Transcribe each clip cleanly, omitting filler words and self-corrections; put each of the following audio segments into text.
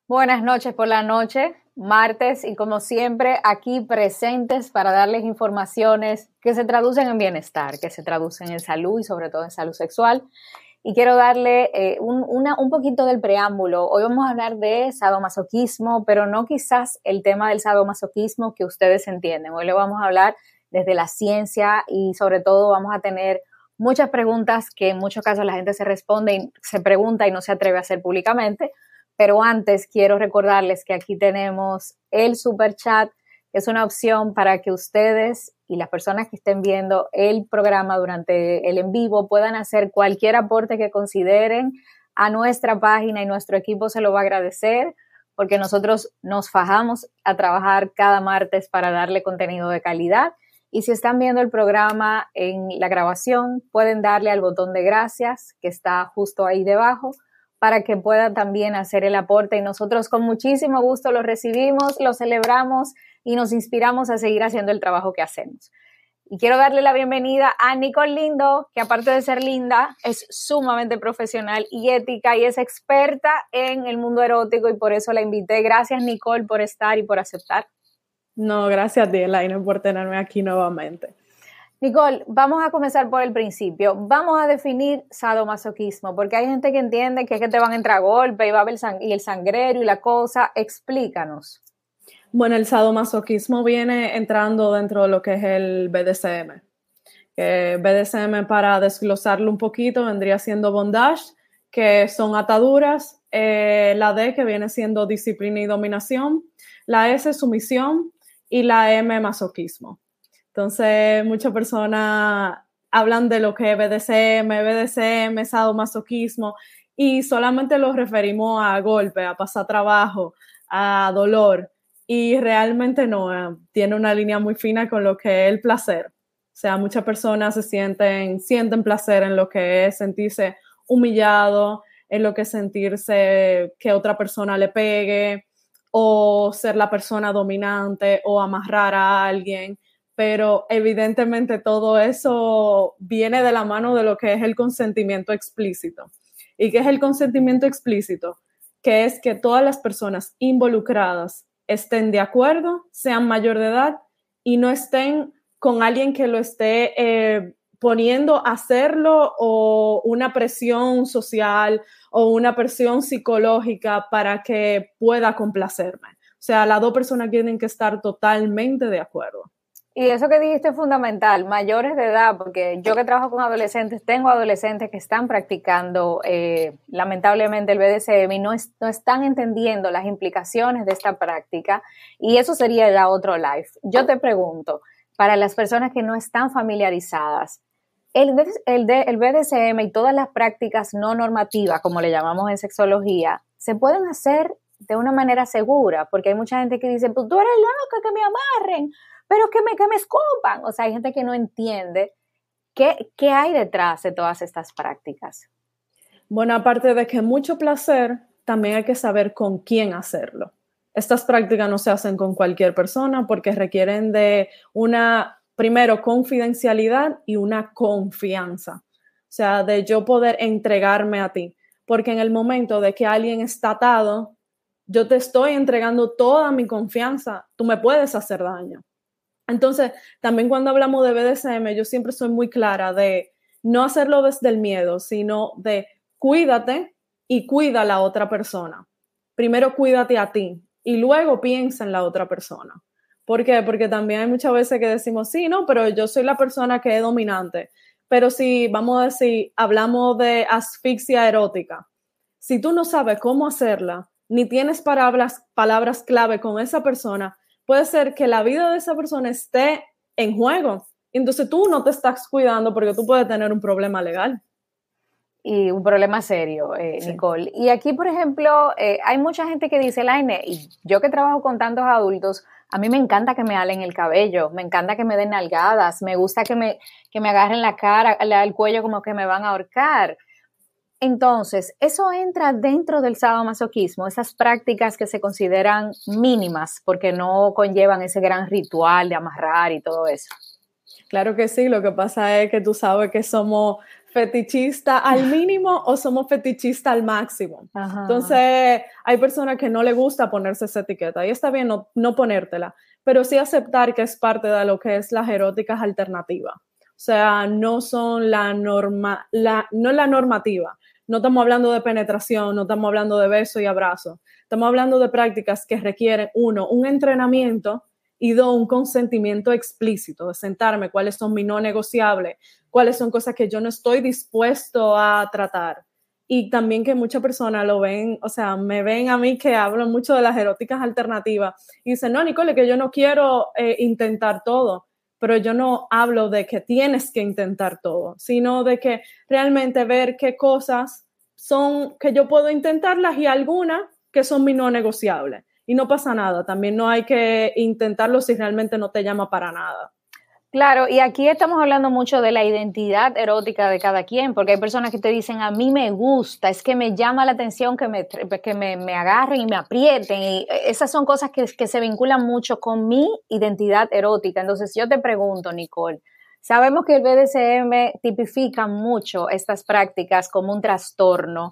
Buenas noches por la noche, martes, y como siempre aquí presentes para darles informaciones que se traducen en bienestar, que se traducen en salud y sobre todo en salud sexual. Y quiero darle un poquito del preámbulo. Hoy vamos a hablar de sadomasoquismo, pero no quizás el tema del sadomasoquismo que ustedes entienden. Hoy le vamos a hablar desde la ciencia y sobre todo vamos a tener muchas preguntas que en muchos casos la gente se pregunta y no se atreve a hacer públicamente. Pero antes quiero recordarles que aquí tenemos el super chat, que es una opción para que ustedes y las personas que estén viendo el programa durante el en vivo puedan hacer cualquier aporte que consideren a nuestra página y nuestro equipo se lo va a agradecer porque nosotros nos fajamos a trabajar cada martes para darle contenido de calidad. Y si están viendo el programa en la grabación, pueden darle al botón de gracias que está justo ahí debajo, para que pueda también hacer el aporte y nosotros con muchísimo gusto lo recibimos, lo celebramos y nos inspiramos a seguir haciendo el trabajo que hacemos. Y quiero darle la bienvenida a Nicole Lindo, que aparte de ser linda, es sumamente profesional y ética y es experta en el mundo erótico y por eso la invité. Gracias, Nicole, por estar y por aceptar. No, gracias a ti, Elaine, por tenerme aquí nuevamente. Nicole, vamos a comenzar por el principio. Vamos a definir sadomasoquismo, porque hay gente que entiende que es que te van a entrar golpes y va a haber el sangrero y la cosa. Explícanos. Bueno, el sadomasoquismo viene entrando dentro de lo que es el BDSM. BDSM, para desglosarlo un poquito, vendría siendo bondage, que son ataduras, la D, que viene siendo disciplina y dominación, la S, sumisión, y la M, masoquismo. Entonces, muchas personas hablan de lo que es BDSM, sadomasoquismo, y solamente lo referimos a golpe, a pasar trabajo, a dolor, y realmente no, tiene una línea muy fina con lo que es el placer. O sea, muchas personas sienten placer en lo que es sentirse humillado, en lo que es sentirse que otra persona le pegue, o ser la persona dominante, o amarrar a alguien. Pero evidentemente todo eso viene de la mano de lo que es el consentimiento explícito. ¿Y qué es el consentimiento explícito? Que es que todas las personas involucradas estén de acuerdo, sean mayor de edad y no estén con alguien que lo esté poniendo a hacerlo o una presión social o una presión psicológica para que pueda complacerme. O sea, las dos personas tienen que estar totalmente de acuerdo. Y eso que dijiste es fundamental, mayores de edad, porque yo que trabajo con adolescentes, tengo adolescentes que están practicando lamentablemente el BDSM y no están entendiendo las implicaciones de esta práctica y eso sería ya otro live. Yo te pregunto, para las personas que no están familiarizadas, el BDSM y todas las prácticas no normativas, como le llamamos en sexología, se pueden hacer de una manera segura, porque hay mucha gente que dice, pues tú eres loca, que me amarren, pero que me escupan. O sea, hay gente que no entiende qué hay detrás de todas estas prácticas. Bueno, aparte de que mucho placer, también hay que saber con quién hacerlo. Estas prácticas no se hacen con cualquier persona porque requieren de primero, confidencialidad y una confianza. O sea, de yo poder entregarme a ti. Porque en el momento de que alguien está atado, yo te estoy entregando toda mi confianza, tú me puedes hacer daño. Entonces, también cuando hablamos de BDSM, yo siempre soy muy clara de no hacerlo desde el miedo, sino de cuídate y cuida a la otra persona. Primero cuídate a ti y luego piensa en la otra persona. ¿Por qué? Porque también hay muchas veces que decimos, sí, no, pero yo soy la persona que es dominante. Pero si, vamos a decir, hablamos de asfixia erótica, si tú no sabes cómo hacerla, ni tienes palabras clave con esa persona, puede ser que la vida de esa persona esté en juego. Entonces tú no te estás cuidando porque tú puedes tener un problema legal. Y un problema serio, sí. Nicole. Y aquí, por ejemplo, hay mucha gente que dice, Laine, y yo que trabajo con tantos adultos, a mí me encanta que me alen el cabello, me encanta que me den nalgadas, me gusta que me agarren la cara, el cuello como que me van a ahorcar. Entonces, eso entra dentro del sadomasoquismo, esas prácticas que se consideran mínimas porque no conllevan ese gran ritual de amarrar y todo eso. Claro que sí, lo que pasa es que tú sabes que somos fetichista al mínimo o somos fetichistas al máximo. Ajá. Entonces, hay personas que no les gusta ponerse esa etiqueta y está bien no ponértela, pero sí aceptar que es parte de lo que es las eróticas alternativas. O sea, no son no es la normativa. No estamos hablando de penetración, no estamos hablando de beso y abrazo. Estamos hablando de prácticas que requieren, uno, un entrenamiento y dos, un consentimiento explícito, de sentarme, cuáles son mis no negociables, cuáles son cosas que yo no estoy dispuesto a tratar. Y también que muchas personas lo ven, o sea, me ven a mí que hablo mucho de las eróticas alternativas y dicen, no, Nicole, que yo no quiero intentar todo, pero yo no hablo de que tienes que intentar todo, sino de que realmente ver qué cosas son que yo puedo intentarlas y algunas que son mis no negociables. Y no pasa nada, también no hay que intentarlo si realmente no te llama para nada. Claro, y aquí estamos hablando mucho de la identidad erótica de cada quien, porque hay personas que te dicen, a mí me gusta, es que me llama la atención que me agarren y me aprieten, y esas son cosas que se vinculan mucho con mi identidad erótica. Entonces yo te pregunto, Nicole, sabemos que el BDSM tipifica mucho estas prácticas como un trastorno,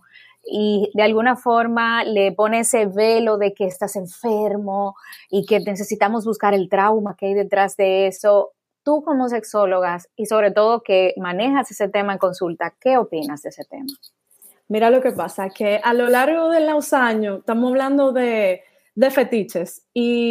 y de alguna forma le pone ese velo de que estás enfermo y que necesitamos buscar el trauma que hay detrás de eso. Tú como sexóloga y sobre todo que manejas ese tema en consulta, ¿qué opinas de ese tema? Mira lo que pasa, que a lo largo de los años estamos hablando de fetiches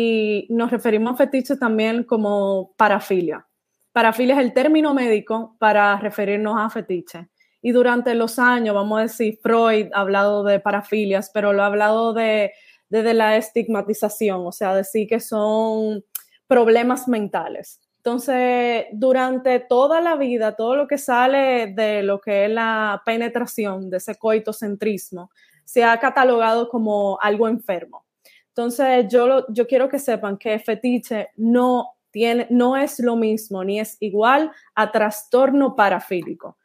y nos referimos a fetiches también como parafilia. Parafilia es el término médico para referirnos a fetiches. Y durante los años, vamos a decir, Freud ha hablado de parafilias, pero lo ha hablado desde la estigmatización, o sea, decir que son problemas mentales. Entonces, durante toda la vida, todo lo que sale de lo que es la penetración, de ese coitocentrismo, se ha catalogado como algo enfermo. Entonces, yo quiero que sepan que fetiche no es lo mismo ni es igual a trastorno parafílico,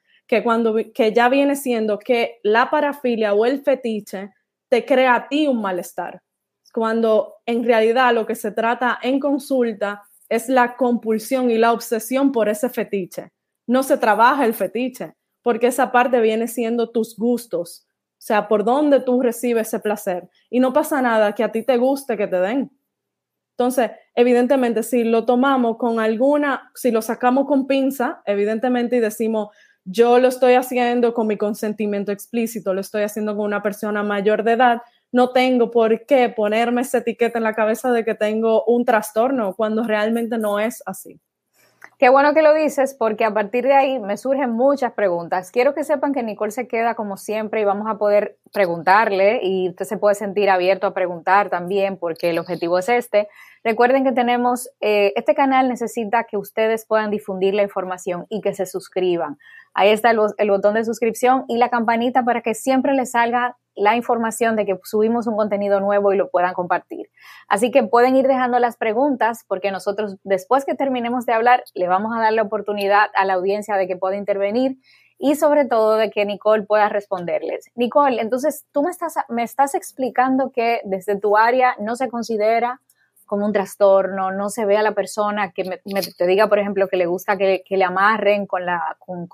que ya viene siendo que la parafilia o el fetiche te crea a ti un malestar, cuando en realidad lo que se trata en consulta es la compulsión y la obsesión por ese fetiche. No se trabaja el fetiche, porque esa parte viene siendo tus gustos, o sea, por dónde tú recibes ese placer. Y no pasa nada que a ti te guste que te den. Entonces, evidentemente, si lo tomamos con si lo sacamos con pinza, evidentemente, y decimos, yo lo estoy haciendo con mi consentimiento explícito, lo estoy haciendo con una persona mayor de edad, no tengo por qué ponerme esa etiqueta en la cabeza de que tengo un trastorno cuando realmente no es así. Qué bueno que lo dices, porque a partir de ahí me surgen muchas preguntas. Quiero que sepan que Nicole se queda como siempre y vamos a poder preguntarle y usted se puede sentir abierto a preguntar también porque el objetivo es este. Recuerden que tenemos, este canal necesita que ustedes puedan difundir la información y que se suscriban. Ahí está el botón de suscripción y la campanita para que siempre les salga la información de que subimos un contenido nuevo y lo puedan compartir. Así que pueden ir dejando las preguntas porque nosotros después que terminemos de hablar le vamos a dar la oportunidad a la audiencia de que pueda intervenir y sobre todo de que Nicole pueda responderles. Nicole, entonces tú me estás explicando que desde tu área no se considera como un trastorno, no se ve a la persona que te diga, por ejemplo, que le gusta que le amarren con la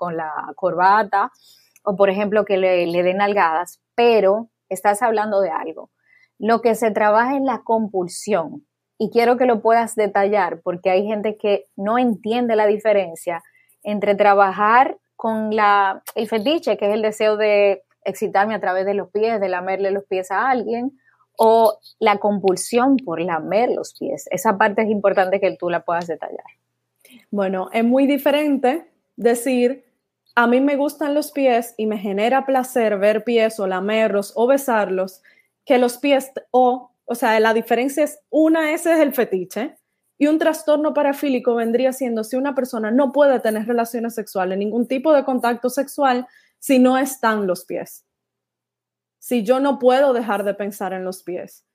corbata o, por ejemplo, que le den nalgadas, pero estás hablando de algo. Lo que se trabaja es la compulsión y quiero que lo puedas detallar porque hay gente que no entiende la diferencia entre trabajar con el fetiche, que es el deseo de excitarme a través de los pies, de lamerle los pies a alguien, o la compulsión por lamer los pies. Esa parte es importante que tú la puedas detallar. Bueno, es muy diferente decir, a mí me gustan los pies y me genera placer ver pies o lamerlos o besarlos, que los pies o sea, la diferencia es, ese es el fetiche y un trastorno parafílico vendría siendo si una persona no puede tener relaciones sexuales, ningún tipo de contacto sexual si no están los pies. Si yo no puedo dejar de pensar en los pies,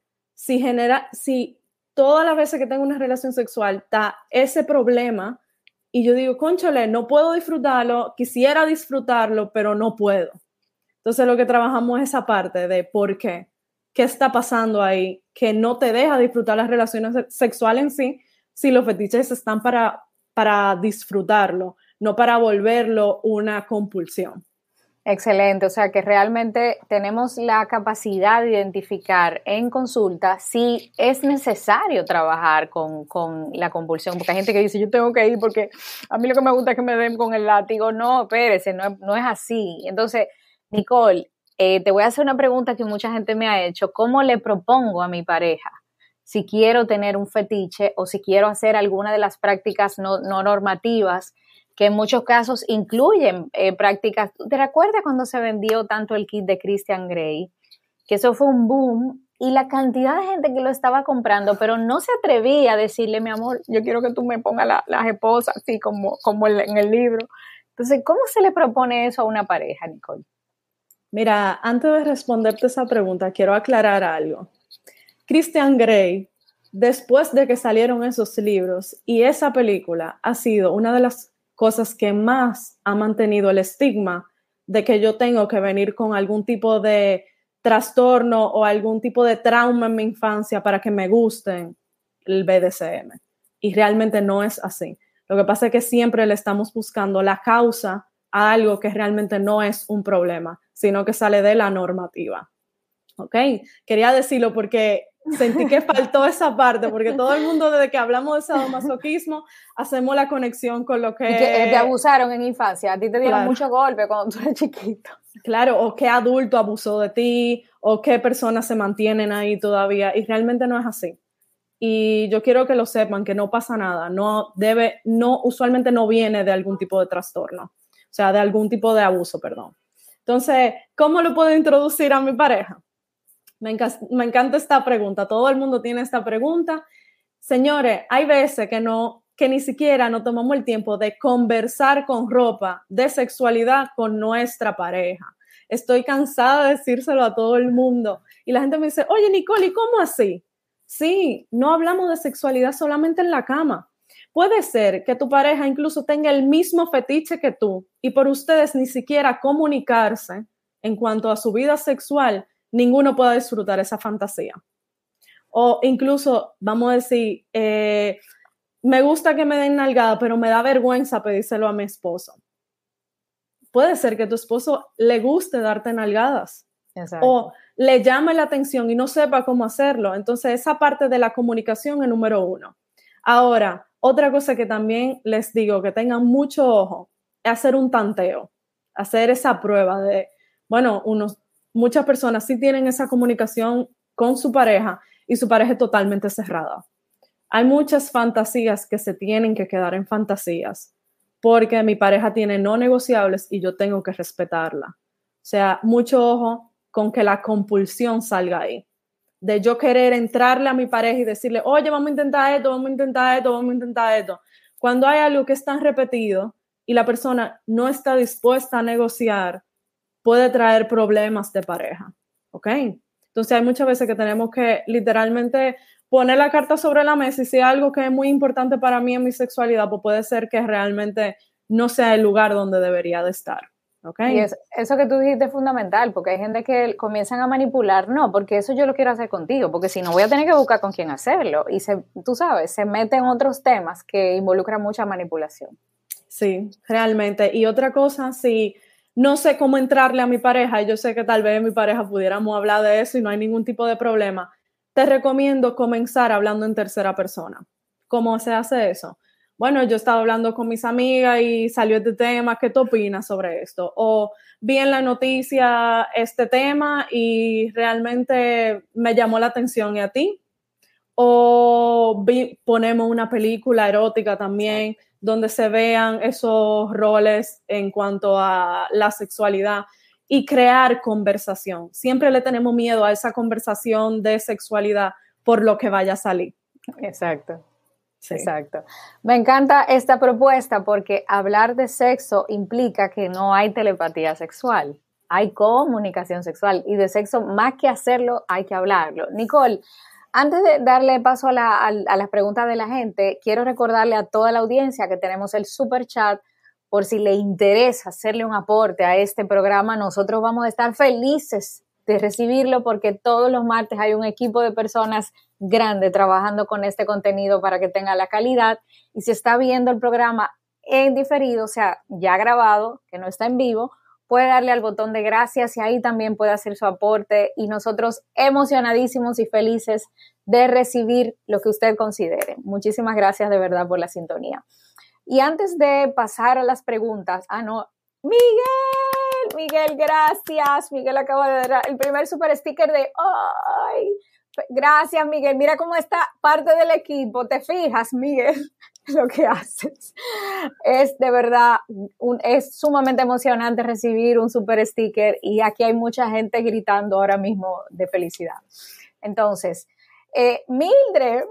si todas las veces que tengo una relación sexual está ese problema y yo digo, cónchale, no puedo disfrutarlo, quisiera disfrutarlo, pero no puedo. Entonces lo que trabajamos es esa parte de por qué está pasando ahí, que no te deja disfrutar las relaciones sexuales en sí, si los fetiches están para disfrutarlo, no para volverlo una compulsión. Excelente, o sea que realmente tenemos la capacidad de identificar en consulta si es necesario trabajar con la compulsión, porque hay gente que dice yo tengo que ir porque a mí lo que me gusta es que me den con el látigo. No, espérese, no es así. Entonces, Nicole, te voy a hacer una pregunta que mucha gente me ha hecho. ¿Cómo le propongo a mi pareja si quiero tener un fetiche o si quiero hacer alguna de las prácticas no normativas que en muchos casos incluyen prácticas? ¿Te recuerdas cuando se vendió tanto el kit de Christian Grey? Que eso fue un boom y la cantidad de gente que lo estaba comprando, pero no se atrevía a decirle, mi amor, yo quiero que tú me pongas las esposas, así como en el libro. Entonces, ¿cómo se le propone eso a una pareja, Nicole? Mira, antes de responderte esa pregunta, quiero aclarar algo. Christian Grey, después de que salieron esos libros y esa película, ha sido una de las cosas que más ha mantenido el estigma de que yo tengo que venir con algún tipo de trastorno o algún tipo de trauma en mi infancia para que me gusten el BDSM. Y realmente no es así. Lo que pasa es que siempre le estamos buscando la causa a algo que realmente no es un problema, sino que sale de la normativa. ¿Ok? Quería decirlo porque sentí que faltó esa parte, porque todo el mundo desde que hablamos de sadomasoquismo hacemos la conexión con lo que... Y que te abusaron en infancia, a ti te dieron Claro. mucho golpe cuando tú eras chiquito. Claro, o qué adulto abusó de ti, o qué personas se mantienen ahí todavía, y realmente no es así. Y yo quiero que lo sepan, que no pasa nada, usualmente no viene de algún tipo de trastorno, o sea, de algún tipo de abuso, perdón. Entonces, ¿cómo lo puedo introducir a mi pareja? Me encanta esta pregunta. Todo el mundo tiene esta pregunta. Señores, hay veces que ni siquiera nos tomamos el tiempo de conversar con ropa de sexualidad con nuestra pareja. Estoy cansada de decírselo a todo el mundo. Y la gente me dice, oye, Nicole, ¿y cómo así? Sí, no hablamos de sexualidad solamente en la cama. Puede ser que tu pareja incluso tenga el mismo fetiche que tú y por ustedes ni siquiera comunicarse en cuanto a su vida sexual, ninguno pueda disfrutar esa fantasía. O incluso, vamos a decir, me gusta que me den nalgada, pero me da vergüenza pedírselo a mi esposo. Puede ser que a tu esposo le guste darte nalgadas. Exacto. O le llame la atención y no sepa cómo hacerlo. Entonces, esa parte de la comunicación es número 1. Ahora, otra cosa que también les digo, que tengan mucho ojo, es hacer un tanteo, hacer esa prueba de, bueno, muchas personas sí tienen esa comunicación con su pareja y su pareja es totalmente cerrada. Hay muchas fantasías que se tienen que quedar en fantasías porque mi pareja tiene no negociables y yo tengo que respetarla. O sea, mucho ojo con que la compulsión salga ahí. De yo querer entrarle a mi pareja y decirle, oye, vamos a intentar esto, vamos a intentar esto, vamos a intentar esto. Cuando hay algo que es tan repetido y la persona no está dispuesta a negociar, puede traer problemas de pareja, ¿ok? Entonces hay muchas veces que tenemos que literalmente poner la carta sobre la mesa y si hay algo que es muy importante para mí en mi sexualidad, pues puede ser que realmente no sea el lugar donde debería de estar, ¿ok? Y eso que tú dijiste es fundamental, porque hay gente que comienzan a manipular, no, porque eso yo lo quiero hacer contigo, porque si no voy a tener que buscar con quién hacerlo, y tú sabes, se meten otros temas que involucran mucha manipulación. Sí, realmente. Y otra cosa, si no sé cómo entrarle a mi pareja, y yo sé que tal vez mi pareja pudiéramos hablar de eso y no hay ningún tipo de problema, te recomiendo comenzar hablando en tercera persona. ¿Cómo se hace eso? Bueno, yo estaba hablando con mis amigas y salió este tema, ¿qué tú opinas sobre esto? O vi en la noticia este tema y realmente me llamó la atención, ¿y a ti? O ponemos una película erótica también, donde se vean esos roles en cuanto a la sexualidad y crear conversación. Siempre le tenemos miedo a esa conversación de sexualidad por lo que vaya a salir. Exacto. Sí. Exacto. Me encanta esta propuesta porque hablar de sexo implica que no hay telepatía sexual, hay comunicación sexual y de sexo más que hacerlo hay que hablarlo. Nicole, antes de darle paso a las preguntas de la gente, quiero recordarle a toda la audiencia que tenemos el super chat por si le interesa hacerle un aporte a este programa. Nosotros vamos a estar felices de recibirlo porque todos los martes hay un equipo de personas grande trabajando con este contenido para que tenga la calidad, y si está viendo el programa en diferido, o sea, ya grabado, que no está en vivo, puede darle al botón de gracias y ahí también puede hacer su aporte y nosotros emocionadísimos y felices de recibir lo que usted considere. Muchísimas gracias de verdad por la sintonía. Y antes de pasar a las preguntas, Miguel, gracias. Miguel acaba de dar el primer super sticker de ¡ay! Gracias, Miguel. Mira cómo está parte del equipo. ¿Te fijas, Miguel? Lo que haces. Es de verdad, es sumamente emocionante recibir un super sticker y aquí hay mucha gente gritando ahora mismo de felicidad. Entonces, Mildred,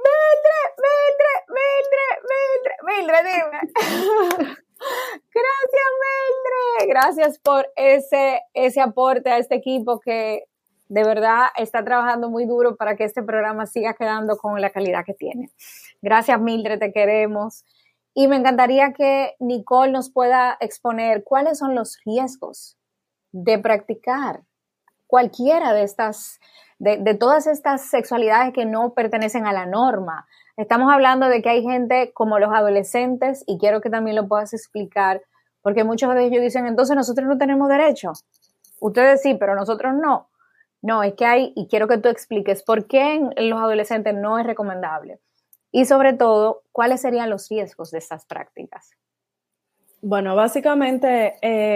dime. Gracias, Mildred. Gracias por ese aporte a este equipo que de verdad está trabajando muy duro para que este programa siga quedando con la calidad que tiene. Gracias, Mildred, te queremos. Y me encantaría que Nicole nos pueda exponer cuáles son los riesgos de practicar cualquiera de estas, de todas estas sexualidades que no pertenecen a la norma. Estamos hablando de que hay gente como los adolescentes, y quiero que también lo puedas explicar, porque muchos de ellos dicen, entonces nosotros no tenemos derecho. Ustedes sí, pero nosotros no. No, es que hay, y quiero que tú expliques por qué en los adolescentes no es recomendable. Y sobre todo, ¿cuáles serían los riesgos de estas prácticas? Bueno, básicamente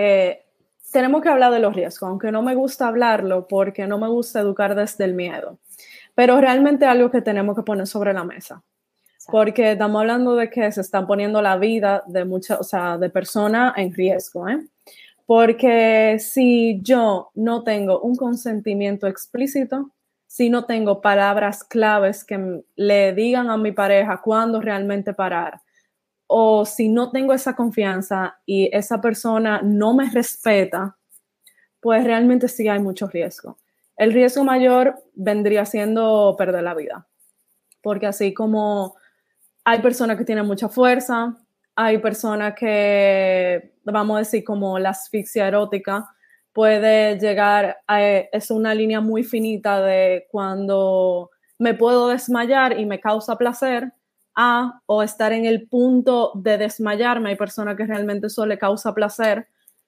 tenemos que hablar de los riesgos, aunque no me gusta hablarlo porque no me gusta educar desde el miedo. Pero realmente es algo que tenemos que poner sobre la mesa. Porque estamos hablando de que se están poniendo la vida de muchas, o sea, de personas en riesgo, ¿eh? Porque si yo no tengo un consentimiento explícito, si no tengo palabras claves que le digan a mi pareja cuándo realmente parar, o si no tengo esa confianza y esa persona no me respeta, pues realmente sí hay mucho riesgo. El riesgo mayor vendría siendo perder la vida, porque así como hay personas que tienen mucha fuerza, hay personas que, vamos a decir, como la asfixia erótica, puede llegar es una línea muy finita de cuando me puedo desmayar y me causa placer, o estar en el punto de desmayarme. Hay personas que realmente eso le causa placer,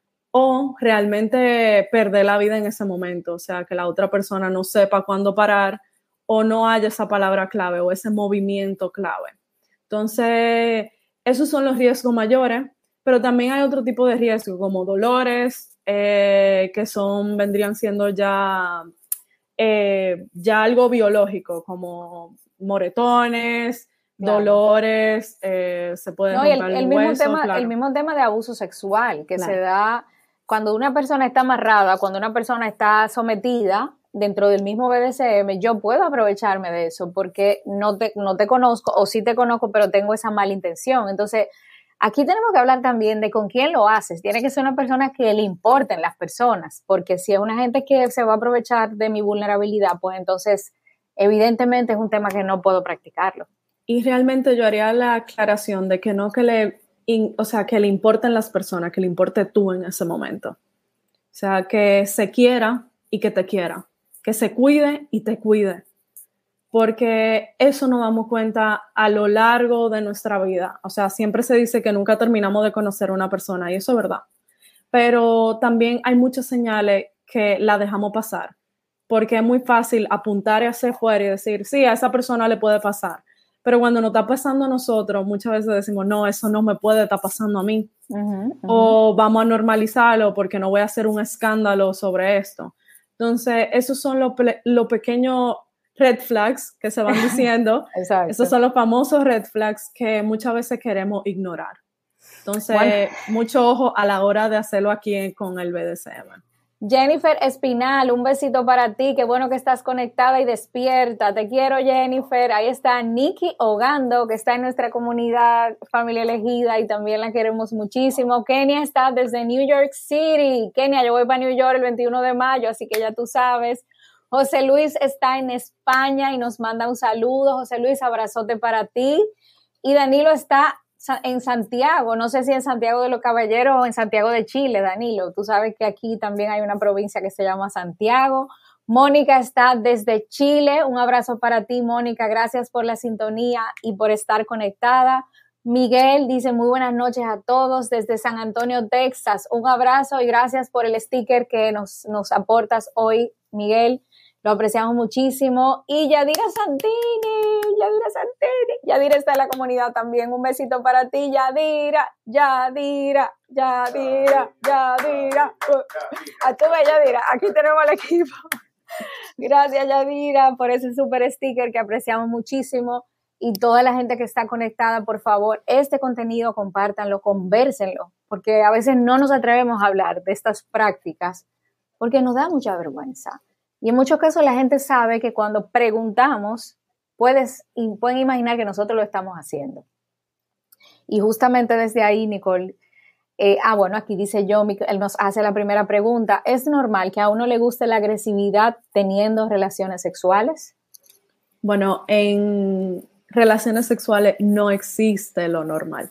o realmente perder la vida en ese momento, o sea, que la otra persona no sepa cuándo parar o no haya esa palabra clave o ese movimiento clave. Entonces, esos son los riesgos mayores, pero también hay otro tipo de riesgos como dolores, que vendrían siendo ya algo biológico, como moretones, claro, dolores, se puede romper el hueso. Claro. El mismo tema de abuso sexual que se da cuando una persona está amarrada, cuando una persona está sometida dentro del mismo BDSM, yo puedo aprovecharme de eso porque no te conozco, o sí te conozco, pero tengo esa mala intención. Entonces, aquí tenemos que hablar también de con quién lo haces. Tiene que ser una persona que le importen las personas, porque si es una gente que se va a aprovechar de mi vulnerabilidad, pues entonces, evidentemente es un tema que no puedo practicarlo. Y realmente yo haría la aclaración de que no que le importen las personas, que le importe tú en ese momento. O sea, que se quiera y que te quiera. Que se cuide y te cuide. Porque eso nos damos cuenta a lo largo de nuestra vida. O sea, siempre se dice que nunca terminamos de conocer a una persona y eso es verdad. Pero también hay muchas señales que la dejamos pasar. Porque es muy fácil apuntar hacia afuera y decir, sí, a esa persona le puede pasar. Pero cuando nos está pasando a nosotros, muchas veces decimos, no, eso no me puede estar pasando a mí. O vamos a normalizarlo porque no voy a hacer un escándalo sobre esto. Entonces, esos son los pequeños red flags que se van diciendo. Esos son los famosos red flags que muchas veces queremos ignorar. Entonces, mucho ojo a la hora de hacerlo aquí con el BDSM. Jennifer Espinal, un besito para ti, qué bueno que estás conectada y despierta, te quiero, Jennifer. Ahí está Nikki Ogando, que está en nuestra comunidad Familia Elegida y también la queremos muchísimo. Kenia está desde New York City. Kenia, yo voy para New York el 21 de mayo, así que ya tú sabes. José Luis está en España y nos manda un saludo. José Luis, abrazote para ti. Y Danilo está en Santiago, no sé si en Santiago de los Caballeros o en Santiago de Chile, Danilo. Tú sabes que aquí también hay una provincia que se llama Santiago. Mónica está desde Chile. Un abrazo para ti, Mónica. Gracias por la sintonía y por estar conectada. Miguel dice muy buenas noches a todos desde San Antonio, Texas. Un abrazo y gracias por el sticker que nos aportas hoy, Miguel. Lo apreciamos muchísimo. Y Yadira Yadira está en la comunidad también. Un besito para ti, Yadira. A tu Yadira, aquí tenemos al equipo. Gracias, Yadira, por ese super sticker que apreciamos muchísimo. Y toda la gente que está conectada, por favor, este contenido compártanlo, convérsenlo, porque a veces no nos atrevemos a hablar de estas prácticas porque nos da mucha vergüenza. Y en muchos casos la gente sabe que cuando preguntamos pueden imaginar que nosotros lo estamos haciendo. Y justamente desde ahí, Nicole, bueno, aquí dice yo, él nos hace la primera pregunta. ¿Es normal que a uno le guste la agresividad teniendo relaciones sexuales? Bueno, en relaciones sexuales no existe lo normal.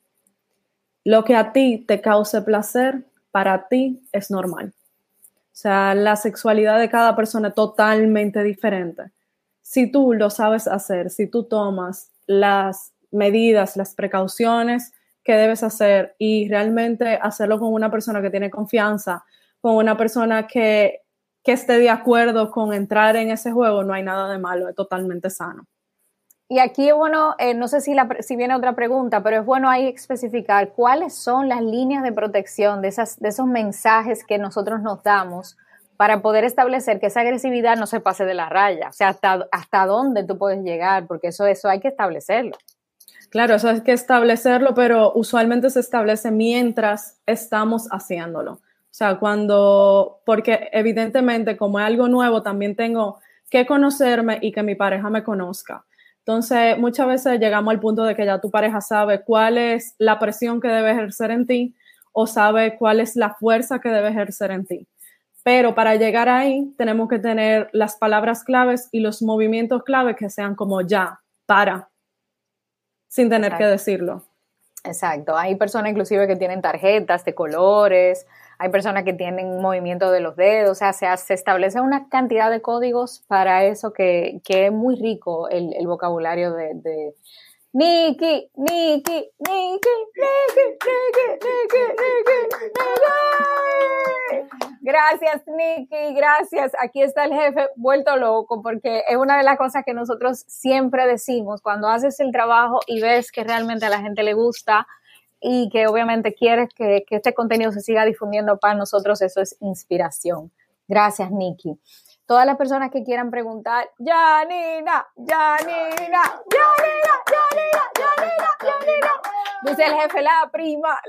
Lo que a ti te cause placer, para ti es normal. O sea, la sexualidad de cada persona es totalmente diferente. Si tú lo sabes hacer, si tú tomas las medidas, las precauciones que debes hacer y realmente hacerlo con una persona que tiene confianza, con una persona que esté de acuerdo con entrar en ese juego, no hay nada de malo, es totalmente sano. Y aquí es bueno, no sé si viene otra pregunta, pero es bueno ahí especificar cuáles son las líneas de protección de esos mensajes que nosotros nos damos para poder establecer que esa agresividad no se pase de la raya. O sea, hasta dónde tú puedes llegar, porque eso hay que establecerlo. Claro, eso hay que establecerlo, pero usualmente se establece mientras estamos haciéndolo. O sea, porque evidentemente como es algo nuevo, también tengo que conocerme y que mi pareja me conozca. Entonces, muchas veces llegamos al punto de que ya tu pareja sabe cuál es la presión que debe ejercer en ti o sabe cuál es la fuerza que debe ejercer en ti. Pero para llegar ahí, tenemos que tener las palabras claves y los movimientos claves que sean como ya, para, sin tener que decirlo. Exacto. Hay personas inclusive que tienen tarjetas de colores, hay personas que tienen movimiento de los dedos, o sea, se establece una cantidad de códigos para eso que es muy rico el vocabulario de Nikki. Gracias, Nikki, gracias. Aquí está el jefe vuelto loco porque es una de las cosas que nosotros siempre decimos cuando haces el trabajo y ves que realmente a la gente le gusta y que obviamente quieres que este contenido se siga difundiendo para nosotros, eso es inspiración. Gracias, Nikki. Todas las personas que quieran preguntar, Janina. Dice el jefe, la prima.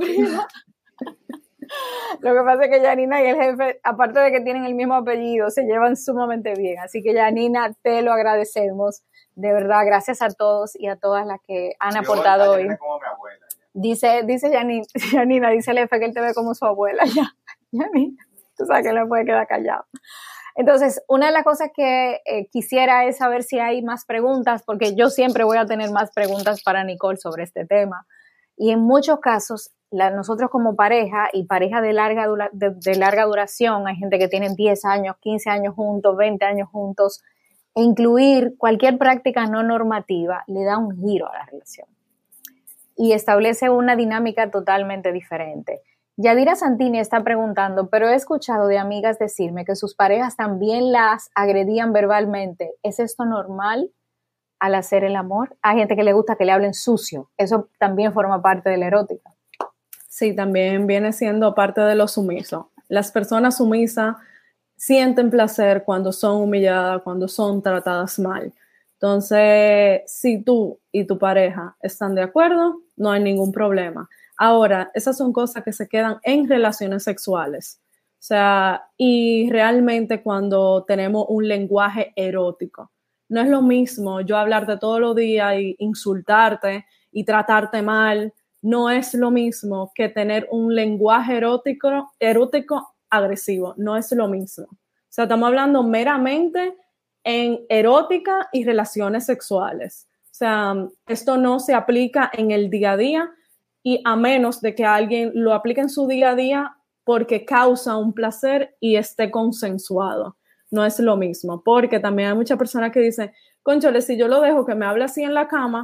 Lo que pasa es que Janina y el jefe, aparte de que tienen el mismo apellido, se llevan sumamente bien. Así que, Janina, te lo agradecemos. De verdad, gracias a todos y a todas las que han aportado hoy. Como mi abuela, dice Janina, dice el jefe que él te ve como su abuela. Ya, Janina, tú sabes que no puede quedar callado. Entonces, una de las cosas que quisiera es saber si hay más preguntas, porque yo siempre voy a tener más preguntas para Nicole sobre este tema. Y en muchos casos, nosotros como pareja y pareja de larga duración, hay gente que tiene 10 años, 15 años juntos, 20 años juntos, e incluir cualquier práctica no normativa le da un giro a la relación y establece una dinámica totalmente diferente. Yadira Santini está preguntando, pero he escuchado de amigas decirme que sus parejas también las agredían verbalmente. ¿Es esto normal al hacer el amor? Hay gente que le gusta que le hablen sucio. Eso también forma parte de la erótica. Sí, también viene siendo parte de lo sumiso. Las personas sumisas sienten placer cuando son humilladas, cuando son tratadas mal. Entonces, si tú y tu pareja están de acuerdo, no hay ningún problema. Ahora, esas son cosas que se quedan en relaciones sexuales. O sea, y realmente cuando tenemos un lenguaje erótico, no es lo mismo yo hablarte todos los días y insultarte y tratarte mal. No es lo mismo que tener un lenguaje erótico agresivo. No es lo mismo. O sea, estamos hablando meramente en erótica y relaciones sexuales. O sea, esto no se aplica en el día a día y a menos de que alguien lo aplique en su día a día porque causa un placer y esté consensuado. No es lo mismo, porque también hay muchas personas que dicen, cónchale, si yo lo dejo que me hable así en la cama,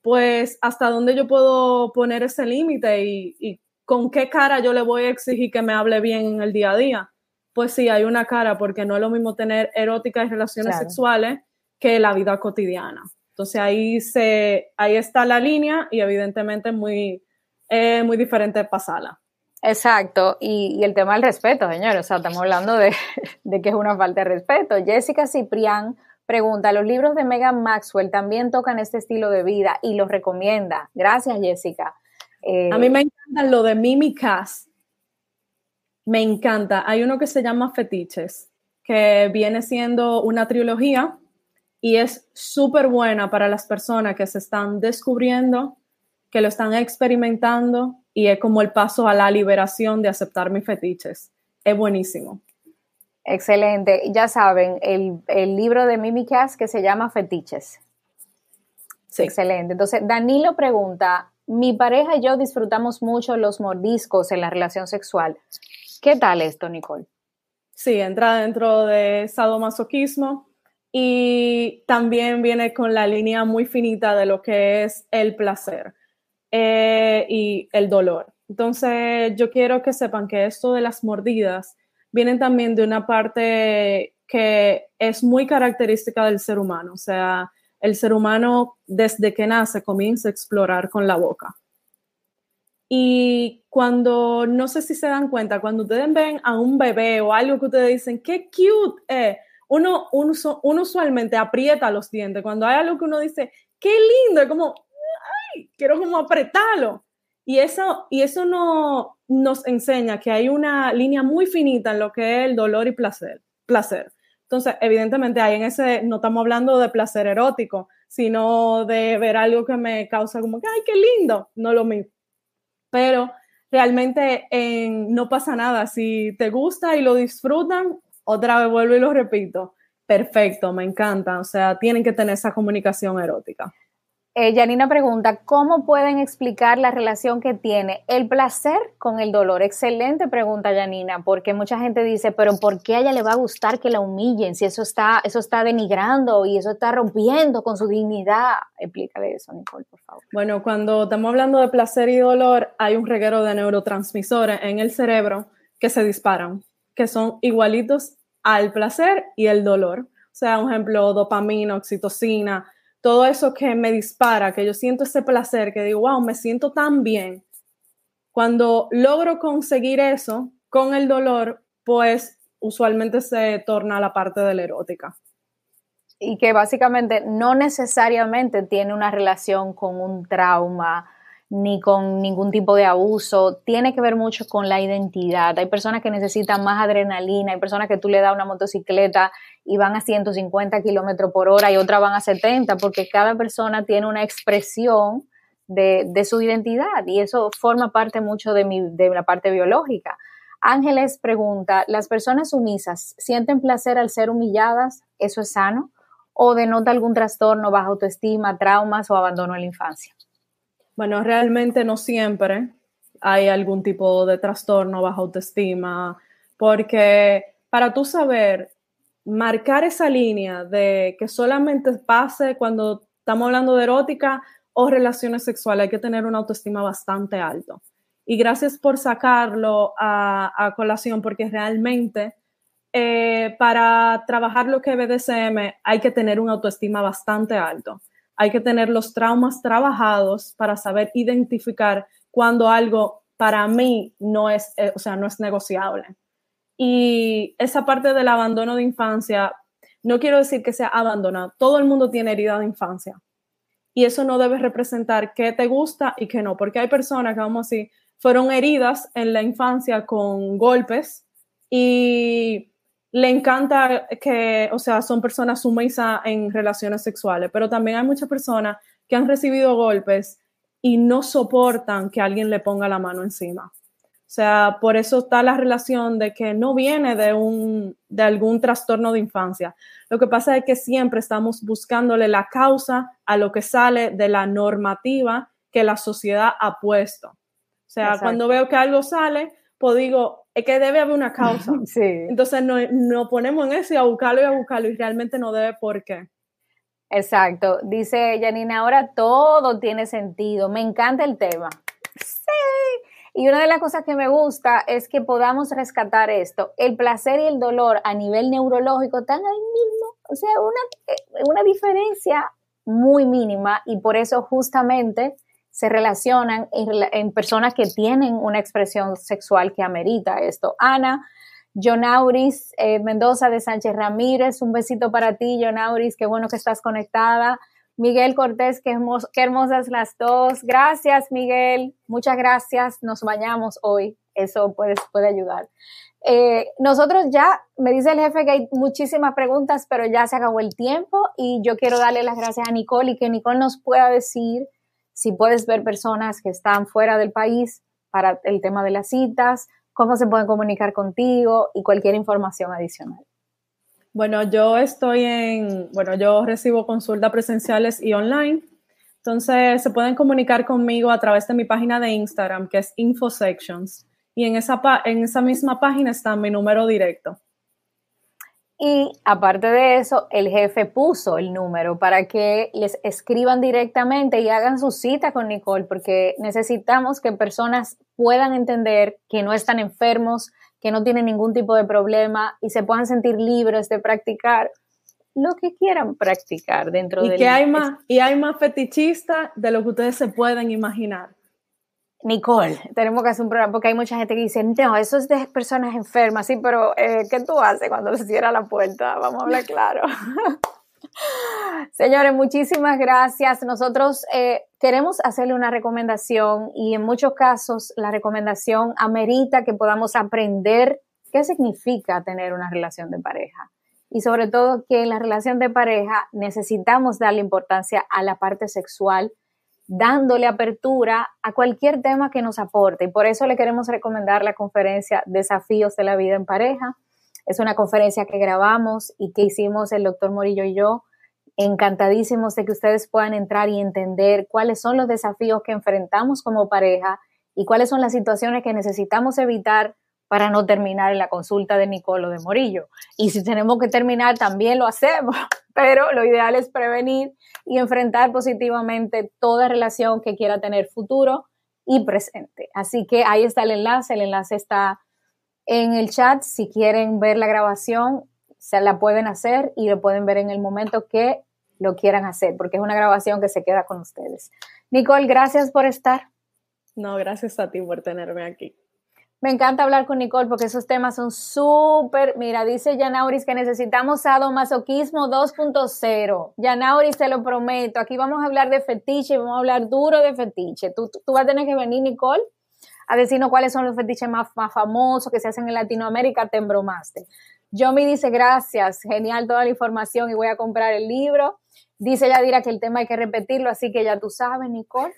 pues hasta dónde yo puedo poner ese límite y con qué cara yo le voy a exigir que me hable bien en el día a día. Pues sí, hay una cara, porque no es lo mismo tener erótica y relaciones sexuales que la vida cotidiana. Entonces ahí está la línea y evidentemente es muy diferente pasarla. Exacto, y el tema del respeto, señores, o sea, estamos hablando de que es una falta de respeto. Jessica Ciprián pregunta, ¿los libros de Megan Maxwell también tocan este estilo de vida y los recomienda? Gracias, Jessica. A mí me encanta lo de Mimi Cass. Me encanta. Hay uno que se llama Fetiches, que viene siendo una trilogía y es súper buena para las personas que se están descubriendo, que lo están experimentando, y es como el paso a la liberación de aceptar mis fetiches. Es buenísimo. Excelente. Ya saben, el libro de Mimi Cass que se llama Fetiches. Sí. Excelente. Entonces, Danilo pregunta, mi pareja y yo disfrutamos mucho los mordiscos en la relación sexual. ¿Qué tal esto, Nicole? Sí, entra dentro de sadomasoquismo y también viene con la línea muy finita de lo que es el placer y el dolor. Entonces, yo quiero que sepan que esto de las mordidas vienen también de una parte que es muy característica del ser humano. O sea, el ser humano desde que nace comienza a explorar con la boca. Y cuando, no sé si se dan cuenta, cuando ustedes ven a un bebé o algo que ustedes dicen, qué cute es, uno usualmente aprieta los dientes. Cuando hay algo que uno dice, qué lindo, es como, ay, quiero como apretarlo. Y eso no nos enseña que hay una línea muy finita en lo que es el dolor y placer. Entonces, evidentemente, ahí en ese, no estamos hablando de placer erótico, sino de ver algo que me causa como que, ay, qué lindo, no lo mismo. Pero realmente no pasa nada. Si te gusta y lo disfrutan, otra vez vuelvo y lo repito, perfecto, me encanta. O sea, tienen que tener esa comunicación erótica. Janina pregunta, ¿cómo pueden explicar la relación que tiene el placer con el dolor? Excelente pregunta, Janina, porque mucha gente dice, pero ¿por qué a ella le va a gustar que la humillen si eso está denigrando y eso está rompiendo con su dignidad? Explícale eso, Nicole, por favor. Bueno, cuando estamos hablando de placer y dolor, hay un reguero de neurotransmisores en el cerebro que se disparan, que son igualitos al placer y el dolor. O sea, un ejemplo, dopamina, oxitocina, todo eso que me dispara, que yo siento ese placer, que digo, wow, me siento tan bien. Cuando logro conseguir eso con el dolor, pues usualmente se torna la parte de la erótica. Y que básicamente no necesariamente tiene una relación con un trauma ni con ningún tipo de abuso, tiene que ver mucho con la identidad. Hay personas que necesitan más adrenalina, hay personas que tú le das una motocicleta y van a 150 kilómetros por hora y otras van a 70, porque cada persona tiene una expresión de su identidad y eso forma parte mucho de la parte biológica. Ángeles pregunta, ¿las personas sumisas sienten placer al ser humilladas? ¿Eso es sano? ¿O denota algún trastorno, baja autoestima, traumas o abandono en la infancia? Bueno, realmente no siempre hay algún tipo de trastorno, baja autoestima, porque para tú saber marcar esa línea de que solamente pase cuando estamos hablando de erótica o relaciones sexuales, hay que tener una autoestima bastante alta. Y gracias por sacarlo a colación, porque realmente para trabajar lo que es BDSM hay que tener una autoestima bastante alto. Hay que tener los traumas trabajados para saber identificar cuando algo para mí no es negociable. Y esa parte del abandono de infancia, no quiero decir que sea abandonado. Todo el mundo tiene herida de infancia. Y eso no debe representar qué te gusta y qué no. Porque hay personas que, vamos a decir, fueron heridas en la infancia con golpes y le encanta que, o sea, son personas sumisas en relaciones sexuales, pero también hay muchas personas que han recibido golpes y no soportan que alguien le ponga la mano encima. O sea, por eso está la relación de que no viene de algún trastorno de infancia. Lo que pasa es que siempre estamos buscándole la causa a lo que sale de la normativa que la sociedad ha puesto. O sea, exacto, cuando veo que algo sale, pues digo, es que debe haber una causa. Sí. Entonces nos ponemos en eso y a buscarlo y realmente no debe por qué. Exacto. Dice Janina, ahora todo tiene sentido. Me encanta el tema. Sí. Y una de las cosas que me gusta es que podamos rescatar esto. El placer y el dolor a nivel neurológico están ahí mismo. O sea, una diferencia muy mínima y por eso justamente se relacionan en personas que tienen una expresión sexual que amerita esto. Ana, Jonauris Mendoza de Sánchez Ramírez, un besito para ti, Jonauris, qué bueno que estás conectada. Miguel Cortés, qué hermosas las dos. Gracias, Miguel, muchas gracias. Nos bañamos hoy, eso puede ayudar. Nosotros ya, me dice el jefe que hay muchísimas preguntas, pero ya se acabó el tiempo y yo quiero darle las gracias a Nicole y que Nicole nos pueda decir si puedes ver personas que están fuera del país para el tema de las citas, cómo se pueden comunicar contigo y cualquier información adicional. Bueno, yo recibo consultas presenciales y online. Entonces, se pueden comunicar conmigo a través de mi página de Instagram, que es InfoSections. Y en esa misma página está mi número directo. Y aparte de eso, el jefe puso el número para que les escriban directamente y hagan su cita con Nicole, porque necesitamos que personas puedan entender que no están enfermos, que no tienen ningún tipo de problema y se puedan sentir libres de practicar lo que quieran practicar dentro del... Y hay más fetichistas de lo que ustedes se pueden imaginar. Nicole, tenemos que hacer un programa porque hay mucha gente que dice, no, eso es de personas enfermas, sí, pero ¿qué tú haces cuando se cierra la puerta? Vamos a hablar claro. Señores, muchísimas gracias. Nosotros queremos hacerle una recomendación y en muchos casos la recomendación amerita que podamos aprender qué significa tener una relación de pareja. Y sobre todo que en la relación de pareja necesitamos darle importancia a la parte sexual, dándole apertura a cualquier tema que nos aporte. Y por eso le queremos recomendar la conferencia Desafíos de la Vida en Pareja. Es una conferencia que grabamos y que hicimos el doctor Morillo y yo. Encantadísimos de que ustedes puedan entrar y entender cuáles son los desafíos que enfrentamos como pareja y cuáles son las situaciones que necesitamos evitar para no terminar en la consulta de Nicole o de Morillo. Y si tenemos que terminar, también lo hacemos, pero lo ideal es prevenir y enfrentar positivamente toda relación que quiera tener futuro y presente. Así que ahí está el enlace está en el chat. Si quieren ver la grabación, se la pueden hacer y lo pueden ver en el momento que lo quieran hacer, porque es una grabación que se queda con ustedes. Nicole, gracias por estar. No, gracias a ti por tenerme aquí. Me encanta hablar con Nicole porque esos temas son súper... Mira, dice Yanauris que necesitamos sadomasoquismo 2.0. Yanauris, te lo prometo. Aquí vamos a hablar de fetiche, vamos a hablar duro de fetiche. Tú vas a tener que venir, Nicole, a decirnos cuáles son los fetiches más famosos que se hacen en Latinoamérica. Te embromaste. Yomi dice, gracias, genial toda la información y voy a comprar el libro. Dice Yadira que el tema hay que repetirlo, así que ya tú sabes, Nicole.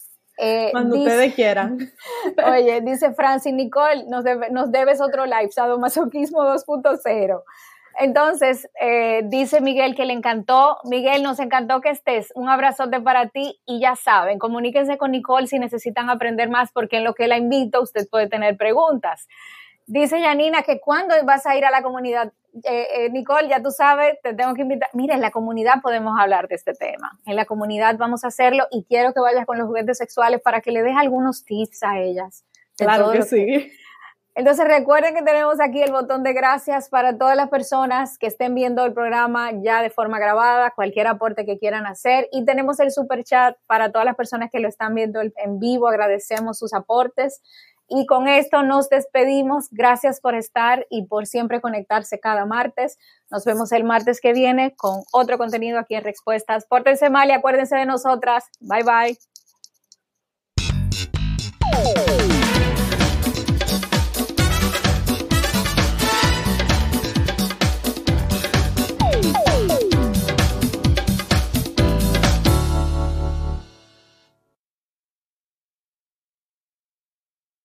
Cuando ustedes quieran. Oye, dice Francis, Nicole, nos debes otro live, sadomasoquismo 2.0. Entonces, dice Miguel que le encantó. Miguel, nos encantó que estés. Un abrazote para ti y ya saben, comuníquense con Nicole si necesitan aprender más porque en lo que la invito usted puede tener preguntas. Dice Janina que ¿cuándo vas a ir a la comunidad? Nicole, ya tú sabes, te tengo que invitar. Mira, en la comunidad podemos hablar de este tema. En la comunidad vamos a hacerlo y quiero que vayas con los juguetes sexuales para que le des algunos tips a ellas. Claro que sí. Entonces recuerden que tenemos aquí el botón de gracias para todas las personas que estén viendo el programa ya de forma grabada, cualquier aporte que quieran hacer. Y tenemos el super chat para todas las personas que lo están viendo en vivo. Agradecemos sus aportes. Y con esto nos despedimos. Gracias por estar y por siempre conectarse cada martes. Nos vemos el martes que viene con otro contenido aquí en Respuestas. Pórtense mal y acuérdense de nosotras. Bye, bye.